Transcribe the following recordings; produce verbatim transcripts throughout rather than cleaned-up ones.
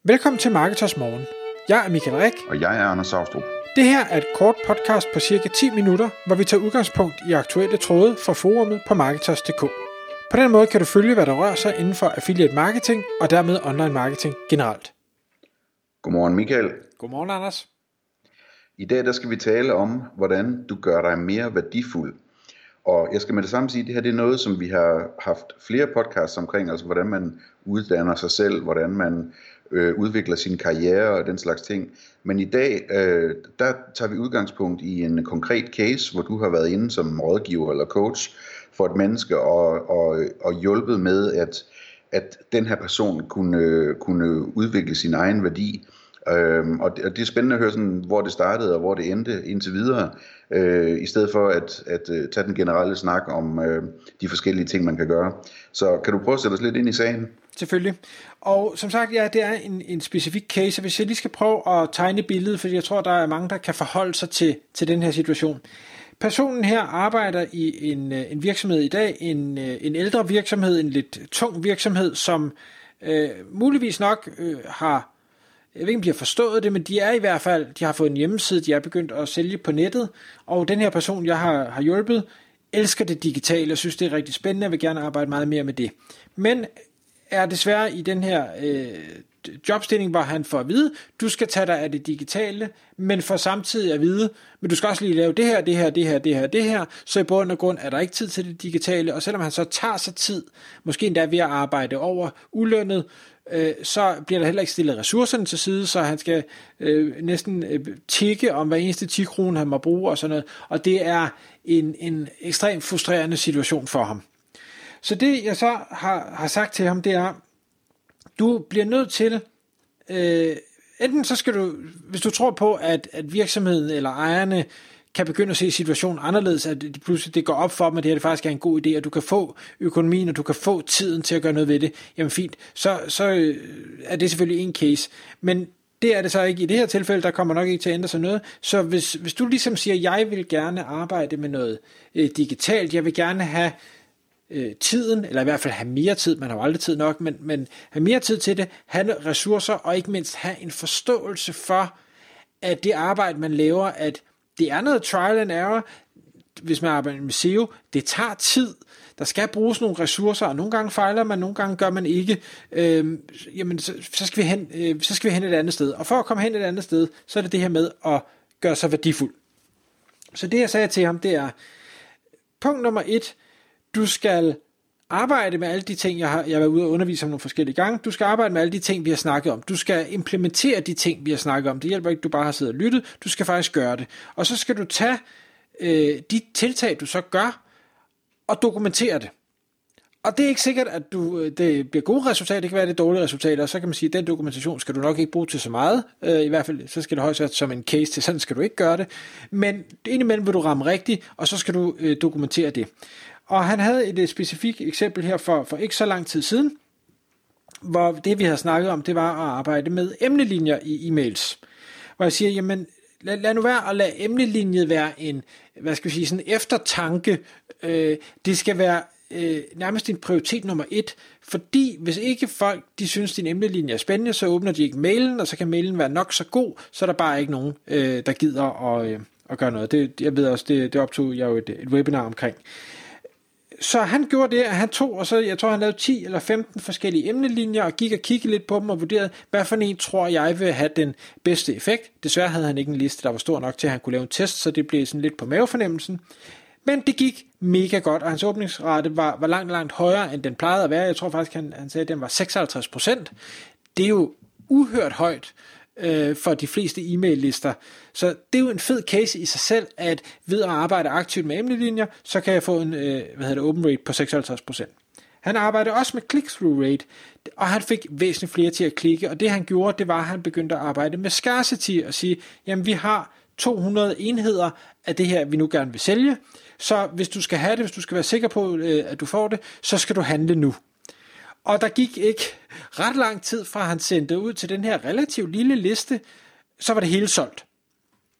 Velkommen til Marketers Morgen. Jeg er Michael Rik. Og jeg er Anders Saustrup. Det her er et kort podcast på cirka ti minutter, hvor vi tager udgangspunkt i aktuelle tråde fra forumet på Marketers punktum d k. På den måde kan du følge, hvad der rører sig inden for affiliate marketing og dermed online marketing generelt. Godmorgen Michael. Godmorgen Anders. I dag der skal vi tale om, hvordan du gør dig mere værdifuld. Og jeg skal med det samme sige, at det her det er noget, som vi har haft flere podcasts omkring, altså hvordan man uddanner sig selv, hvordan man øh, udvikler sin karriere og den slags ting. Men i dag, øh, der tager vi udgangspunkt i en konkret case, hvor du har været inde som rådgiver eller coach for et menneske og, og, og hjulpet med, at, at den her person kunne, kunne udvikle sin egen værdi. Øhm, og, det, og det er spændende at høre, sådan, hvor det startede og hvor det endte indtil videre, øh, i stedet for at, at uh, tage den generelle snak om øh, de forskellige ting, man kan gøre. Så kan du prøve at sætte os lidt ind i sagen? Selvfølgelig. Og som sagt, ja, det er en, en specifik case, og hvis jeg lige skal prøve at tegne billedet, fordi jeg tror, der er mange, der kan forholde sig til, til den her situation. Personen her arbejder i en, en virksomhed i dag, en, en ældre virksomhed, en lidt tung virksomhed, som øh, muligvis nok øh, har, jeg ved ikke om de har forstået det, men de er i hvert fald, de har fået en hjemmeside, de er begyndt at sælge på nettet, og den her person, jeg har, har hjulpet, elsker det digitale, og synes det er rigtig spændende, jeg vil gerne arbejde meget mere med det. Men er desværre i den her øh, jobstilling, hvor han får at vide, du skal tage dig af det digitale, men for samtidig at vide, men du skal også lige lave det her, det her, det her, det her, det her, så i bund og grund er der ikke tid til det digitale, og selvom han så tager sig tid, måske endda ved at arbejde over ulønnet, øh, så bliver der heller ikke stillet ressourcerne til side, så han skal øh, næsten øh, tikke om hver eneste ti kroner, han må bruge og sådan noget, og det er en, en ekstremt frustrerende situation for ham. Så det jeg så har, har sagt til ham, det er, du bliver nødt til, øh, enten så skal du, hvis du tror på, at, at virksomheden eller ejerne kan begynde at se situationen anderledes, at det pludselig det går op for dem, at det her det faktisk er en god idé, at du kan få økonomien, og du kan få tiden til at gøre noget ved det, jamen fint, så, så øh, er det selvfølgelig en case, men det er det så ikke i det her tilfælde, der kommer nok ikke til at ændre sig noget, så hvis, hvis du ligesom siger, jeg vil gerne arbejde med noget øh, digitalt, jeg vil gerne have tiden, eller i hvert fald have mere tid, man har jo aldrig tid nok, men, men have mere tid til det, have ressourcer, og ikke mindst have en forståelse for, at det arbejde, man laver, at det er noget trial and error, hvis man arbejder med S E O, det tager tid, der skal bruges nogle ressourcer, og nogle gange fejler man, nogle gange gør man ikke, øhm, jamen så, så, skal vi hen, øh, så skal vi hen et andet sted, og for at komme hen et andet sted, så er det det her med at gøre sig værdifuld. Så det jeg sagde til ham, det er, punkt nummer et, du skal arbejde med alle de ting, jeg har, jeg har været ude og undervise om nogle forskellige gange. Du skal arbejde med alle de ting, vi har snakket om. Du skal implementere de ting, vi har snakket om. Det hjælper ikke, du bare har siddet og lyttet. Du skal faktisk gøre det. Og så skal du tage øh, de tiltag, du så gør, og dokumentere det. Og det er ikke sikkert, at du, det bliver gode resultater. Det kan være det dårlige resultater. Og så kan man sige, at den dokumentation skal du nok ikke bruge til så meget. Øh, I hvert fald, så skal det højst være som en case til. Sådan skal du ikke gøre det. Men indimellem vil du ramme rigtigt, og så skal du øh, dokumentere det. Og han havde et specifikt eksempel her for, for ikke så lang tid siden, hvor det vi havde snakket om, det var at arbejde med emnelinjer i e-mails. Hvor jeg siger, jamen lad, lad nu være at lade emnelinjet være en, hvad skal vi sige, sådan eftertanke. Øh, det skal være øh, nærmest din prioritet nummer et, fordi hvis ikke folk, de synes din emnelinje er spændende, så åbner de ikke mailen, og så kan mailen være nok så god, så er der bare ikke nogen, øh, der gider at, øh, at gøre noget. Det, jeg ved også, det, det optog jeg jo et, et webinar omkring. Så han gjorde det, at han tog, og så jeg tror han lavede ti eller femten forskellige emnelinjer, og gik og kiggede lidt på dem og vurderede, hvad for en tror jeg vil have den bedste effekt. Desværre havde han ikke en liste, der var stor nok til, at han kunne lave en test, så det blev sådan lidt på mavefornemmelsen. Men det gik mega godt, og hans åbningsrate var, var langt, langt højere, end den plejede at være. Jeg tror faktisk, han, han sagde, at den var seksoghalvtreds procent. Det er jo uhørt højt øh, for de fleste e-mail-lister. Så det er jo en fed case i sig selv, at ved at arbejde aktivt med emnelinjer, så kan jeg få en øh, hvad hedder det, open rate på seksoghalvtreds procent. Han arbejdede også med click-through rate, og han fik væsentligt flere til at klikke, og det han gjorde, det var, at han begyndte at arbejde med scarcity og sige, jamen vi har to hundrede enheder af det her, vi nu gerne vil sælge, så hvis du skal have det, hvis du skal være sikker på, at du får det, så skal du handle nu. Og der gik ikke ret lang tid fra han sendte ud til den her relativt lille liste, så var det hele solgt.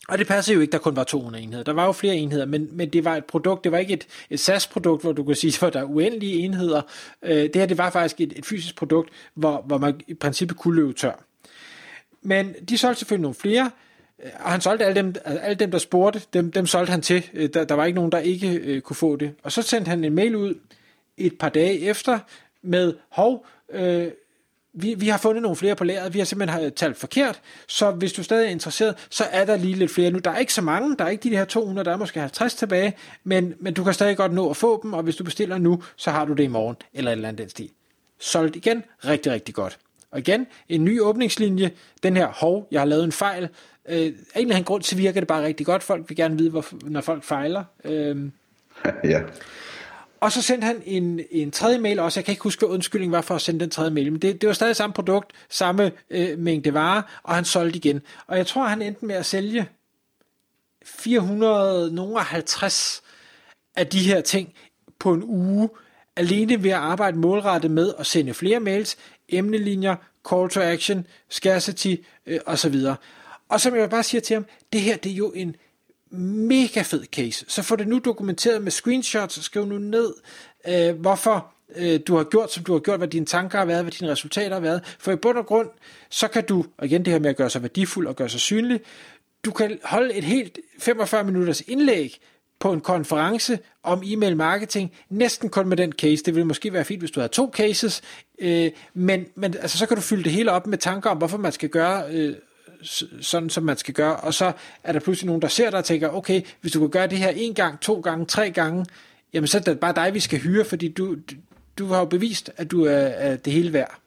Og det passer jo ikke, der kun var to hundrede enheder. Der var jo flere enheder, men, men det var et produkt, det var ikke et, et SaaS-produkt, hvor du kan sige, at der er uendelige enheder. Øh, det her, det var faktisk et, et fysisk produkt, hvor, hvor man i princippet kunne løbe tør. Men de solgte selvfølgelig nogle flere, og han solgte alle dem, alle dem der spurgte, dem, dem solgte han til. Der, der var ikke nogen, der ikke øh, kunne få det. Og så sendte han en mail ud et par dage efter med, hov, øh, vi, vi har fundet nogle flere på lageret, vi har simpelthen talt forkert, så hvis du stadig er interesseret, så er der lige lidt flere nu. Der er ikke så mange, der er ikke de her to hundrede, der er måske halvtreds tilbage, men, men du kan stadig godt nå at få dem, og hvis du bestiller nu, så har du det i morgen, eller et eller andet den stil. Solgt igen, rigtig, rigtig godt. Og igen, en ny åbningslinje, den her, hov, jeg har lavet en fejl. Øh, af en eller anden grund, så virker det bare rigtig godt. Folk vil gerne vide, hvor, når folk fejler. Øh, ja. Og så sendte han en, en tredje mail også. Jeg kan ikke huske, hvad undskyldningen var for at sende den tredje mail, men det, det var stadig samme produkt, samme øh, mængde varer, og han solgte igen. Og jeg tror, han endte med at sælge fire hundrede halvtreds af de her ting på en uge, alene ved at arbejde målrettet med at sende flere mails, emnelinjer, call to action, scarcity øh, osv. Og som jeg bare siger til ham, det her, det er jo en mega fed case. Så få det nu dokumenteret med screenshots, og skriv nu ned, øh, hvorfor øh, du har gjort, som du har gjort, hvad dine tanker har været, hvad dine resultater har været. For i bund og grund, så kan du, og igen det her med at gøre sig værdifuld og gøre sig synlig, du kan holde et helt femogfyrre minutters indlæg på en konference om e-mail marketing, næsten kun med den case. Det ville måske være fint, hvis du havde to cases, øh, men, men altså, så kan du fylde det hele op med tanker om, hvorfor man skal gøre øh, sådan, som man skal gøre, og så er der pludselig nogen, der ser dig og tænker, okay, hvis du kan gøre det her en gang, to gange, tre gange, jamen så er det bare dig, vi skal hyre, fordi du, du, du har jo bevist, at du er, er det hele værd.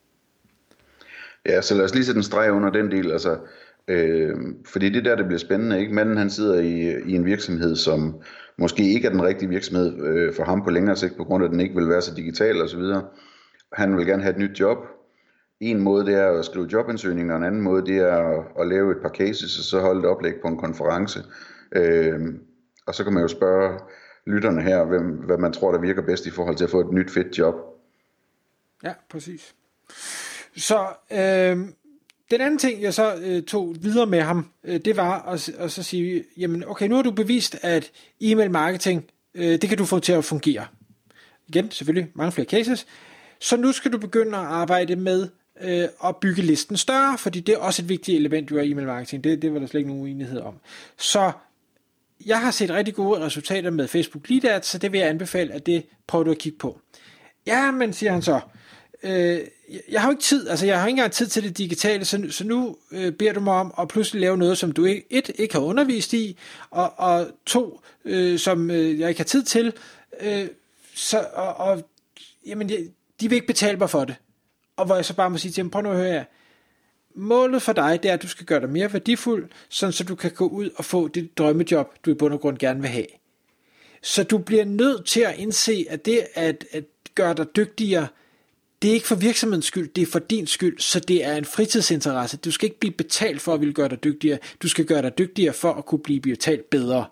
Ja, så lad os lige sætte en streg under den del, altså, øh, fordi det der, det bliver spændende, ikke? Manden, han sidder i, i en virksomhed, som måske ikke er den rigtige virksomhed øh, for ham på længere sigt, på grund af, at den ikke vil være så digital og så videre. Han vil gerne have et nyt job. En måde, det er at skrive jobansøgninger, og en anden måde, det er at, at lave et par cases, og så holde et oplæg på en konference. Øh, og så kan man jo spørge lytterne her, hvem, hvad man tror, der virker bedst i forhold til at få et nyt fedt job. Ja, præcis. Så øh, den anden ting, jeg så øh, tog videre med ham, øh, det var at, at så sige, jamen okay, nu har du bevist, at e-mail marketing, øh, det kan du få til at fungere. Igen, selvfølgelig mange flere cases. Så nu skal du begynde at arbejde med øh, at bygge listen større, fordi det er også et vigtigt element jo af e-mail marketing. Det, det var der slet ikke nogen uenighed om. Så jeg har set rigtig gode resultater med Facebook Lead Ads, så det vil jeg anbefale, at det prøver du at kigge på. Ja, men siger han så, øh, jeg har jo ikke tid, altså jeg har ikke engang tid til det digitale, så, så nu øh, beder du mig om at pludselig lave noget, som du ikke, et, ikke har undervist i, og, og to, øh, som øh, jeg ikke har tid til, øh, så, og, og jamen, jeg, de vil ikke betale mig for det. Og hvor jeg så bare må sige til dem, prøv nu at høre her, målet for dig, det er, at du skal gøre dig mere værdifuld, sådan så du kan gå ud og få det drømmejob, du i bund og grund gerne vil have. Så du bliver nødt til at indse, at det at, at gøre dig dygtigere, det er ikke for virksomhedens skyld, det er for din skyld, så det er en fritidsinteresse. Du skal ikke blive betalt for at ville gøre dig dygtigere, du skal gøre dig dygtigere for at kunne blive betalt bedre.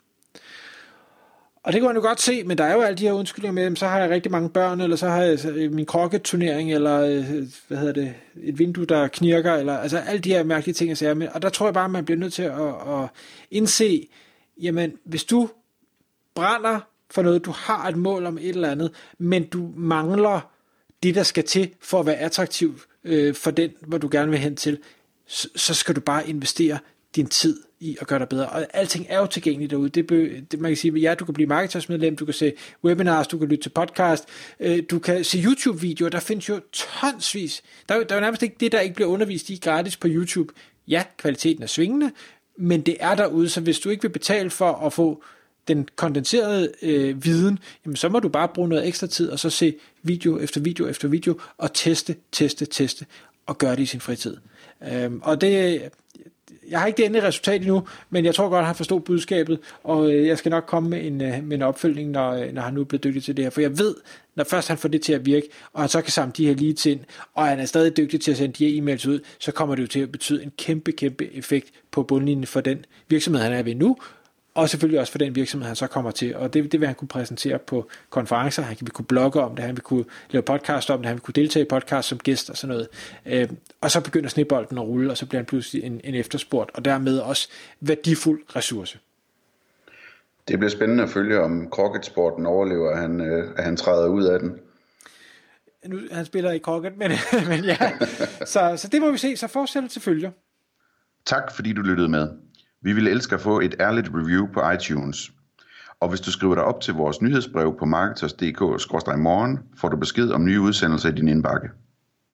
Og det kan man jo godt se, men der er jo alle de her undskyldninger med, så har jeg rigtig mange børn, eller så har jeg min krokketurnering, eller hvad hedder det, et vindue, der knirker, eller altså alle de her mærkelige ting, jeg siger med. Og der tror jeg bare, man bliver nødt til at, at indse, jamen hvis du brænder for noget, du har et mål om et eller andet, men du mangler det, der skal til for at være attraktiv øh, for den, hvor du gerne vil hen til, så, så skal du bare investere din tid i at gøre dig bedre. Og alting er jo tilgængeligt derude. Det, be, det man kan sige, ja, du kan blive marketersmedlem, du kan se webinars, du kan lytte til podcast, øh, du kan se YouTube-videoer, der findes jo tonsvis. Der er, der er jo nærmest ikke det, der ikke bliver undervist i gratis på YouTube. Ja, kvaliteten er svingende, men det er derude, så hvis du ikke vil betale for at få den kondenserede øh, viden, jamen så må du bare bruge noget ekstra tid, og så se video efter video efter video, og teste, teste, teste, og gøre det i sin fritid. Øhm, og det, jeg har ikke det endelige resultat endnu, men jeg tror godt, at han forstod budskabet, og øh, jeg skal nok komme med en, med en opfølgning, når, når han nu er blevet dygtig til det her, for jeg ved, når først han får det til at virke, og han så kan samle de her leads ind, og han er stadig dygtig til at sende de her e-mails ud, så kommer det jo til at betyde en kæmpe, kæmpe effekt på bundlinjen for den virksomhed, han er ved nu, og selvfølgelig også for den virksomhed, han så kommer til, og det, det vil han kunne præsentere på konferencer, han vil kunne blogge om det, han vil kunne lave podcast om det, han vil kunne deltage i podcast som gæst og sådan noget, øh, og så begynder snebolden at rulle, og så bliver han pludselig en, en efterspurgt, og dermed også værdifuld ressource. Det bliver spændende at følge, om crocketsporten overlever, at han, øh, at han træder ud af den. Nu, han spiller i crocket, men, men ja, så, så det må vi se, så fortsæt til følger. Tak fordi du lyttede med. Vi ville elske at få et ærligt review på iTunes. Og hvis du skriver dig op til vores nyhedsbrev på marketers punktum d k skråstreg morgen, får du besked om nye udsendelser i din indbakke.